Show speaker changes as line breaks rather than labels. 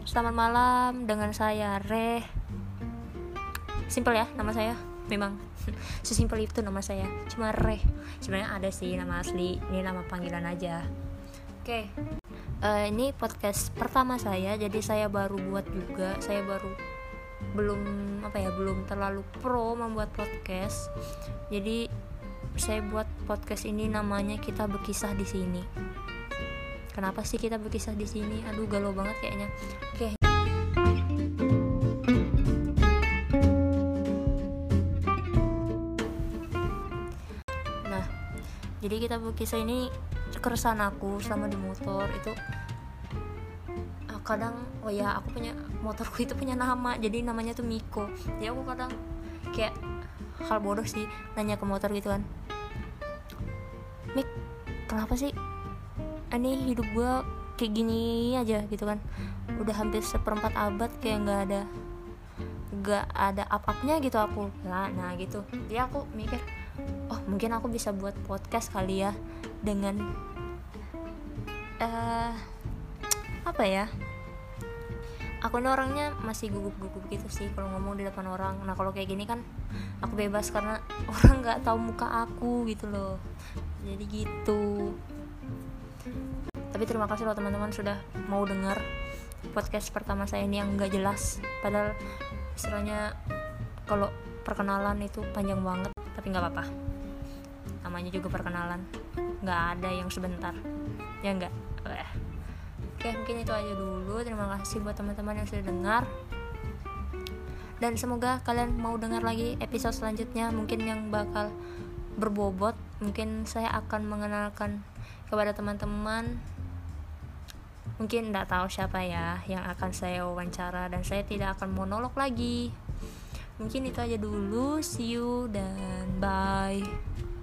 selamat malam dengan saya Re. Simpel ya nama saya, memang sesimpel itu nama saya, cuma Re. Sebenarnya ada sih nama asli, ini nama panggilan aja. Oke. Ini podcast pertama saya, jadi saya baru buat juga. Saya baru belum terlalu pro membuat podcast. Jadi saya buat podcast ini namanya Kita Berkisah di Sini. Kenapa sih kita berkisah di sini? Aduh, galau banget kayaknya. Oke. Nah, jadi kita berkisah ini keresahan aku selama di motor itu. Kadang, aku punya motorku itu punya nama, jadi namanya tuh Miko. Jadi aku kadang kayak hal bodoh sih nanya ke motor gitu kan, Mik, kenapa sih ini hidup gue kayak gini aja gitu kan, udah hampir 1/4 abad kayak nggak ada up-upnya gitu aku. Nah gitu, jadi aku mikir, oh mungkin aku bisa buat podcast kali ya dengan aku ini orangnya masih gugup-gugup gitu sih kalau ngomong di depan orang. Nah kalau kayak gini kan aku bebas karena orang nggak tahu muka aku gitu loh, jadi gitu. Tapi terima kasih loh teman-teman sudah mau dengar podcast pertama saya ini yang nggak jelas. Padahal istilahnya kalau perkenalan itu panjang banget, tapi nggak apa-apa. Namanya juga perkenalan, nggak ada yang sebentar, ya nggak. Oke, mungkin itu aja dulu. Terima kasih buat teman-teman yang sudah dengar. Dan semoga kalian mau dengar lagi episode selanjutnya, mungkin yang bakal berbobot. Mungkin saya akan mengenalkan kepada teman-teman, mungkin nggak tahu siapa ya yang akan saya wawancara, dan saya tidak akan monolog lagi. Mungkin itu aja dulu. See you dan bye.